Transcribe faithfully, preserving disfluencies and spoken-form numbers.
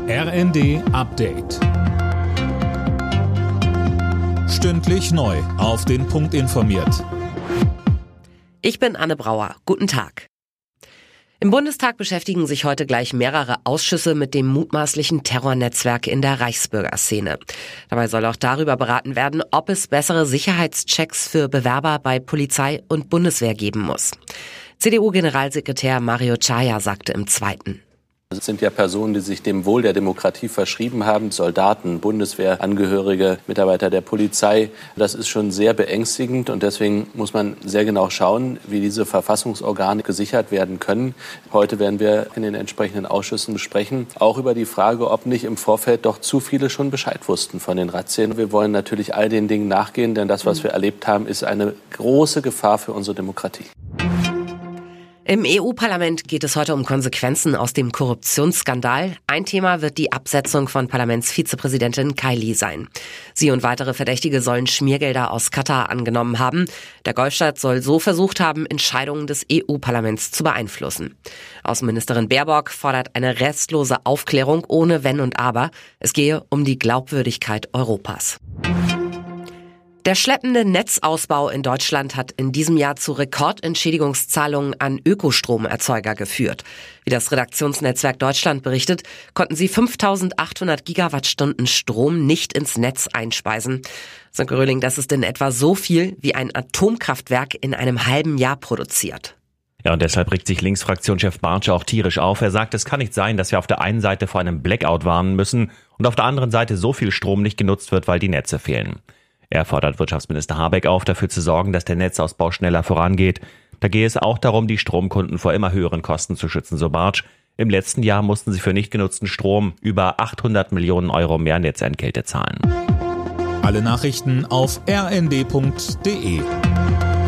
R N D Update. Stündlich neu auf den Punkt informiert. Ich bin Anne Brauer. Guten Tag. Im Bundestag beschäftigen sich heute gleich mehrere Ausschüsse mit dem mutmaßlichen Terrornetzwerk in der Reichsbürgerszene. Dabei soll auch darüber beraten werden, ob es bessere Sicherheitschecks für Bewerber bei Polizei und Bundeswehr geben muss. C D U-Generalsekretär Mario Chaya sagte im Zweiten: Das sind ja Personen, die sich dem Wohl der Demokratie verschrieben haben, Soldaten, Bundeswehrangehörige, Mitarbeiter der Polizei. Das ist schon sehr beängstigend und deswegen muss man sehr genau schauen, wie diese Verfassungsorgane gesichert werden können. Heute werden wir in den entsprechenden Ausschüssen besprechen, auch über die Frage, ob nicht im Vorfeld doch zu viele schon Bescheid wussten von den Razzien. Wir wollen natürlich all den Dingen nachgehen, denn das, was wir erlebt haben, ist eine große Gefahr für unsere Demokratie. Im E U-Parlament geht es heute um Konsequenzen aus dem Korruptionsskandal. Ein Thema wird die Absetzung von Parlamentsvizepräsidentin Kaili sein. Sie und weitere Verdächtige sollen Schmiergelder aus Katar angenommen haben. Der Golfstaat soll so versucht haben, Entscheidungen des E U-Parlaments zu beeinflussen. Außenministerin Baerbock fordert eine restlose Aufklärung ohne Wenn und Aber. Es gehe um die Glaubwürdigkeit Europas. Der schleppende Netzausbau in Deutschland hat in diesem Jahr zu Rekordentschädigungszahlungen an Ökostromerzeuger geführt. Wie das Redaktionsnetzwerk Deutschland berichtet, konnten sie fünftausendachthundert Gigawattstunden Strom nicht ins Netz einspeisen. Sönke Röhling, das ist in etwa so viel, wie ein Atomkraftwerk in einem halben Jahr produziert. Ja, und deshalb regt sich Linksfraktionschef Bartsch auch tierisch auf. Er sagt, es kann nicht sein, dass wir auf der einen Seite vor einem Blackout warnen müssen und auf der anderen Seite so viel Strom nicht genutzt wird, weil die Netze fehlen. Er fordert Wirtschaftsminister Habeck auf, dafür zu sorgen, dass der Netzausbau schneller vorangeht. Da gehe es auch darum, die Stromkunden vor immer höheren Kosten zu schützen, so Bartsch. Im letzten Jahr mussten sie für nicht genutzten Strom über achthundert Millionen Euro mehr Netzentgelte zahlen. Alle Nachrichten auf r n d punkt d e.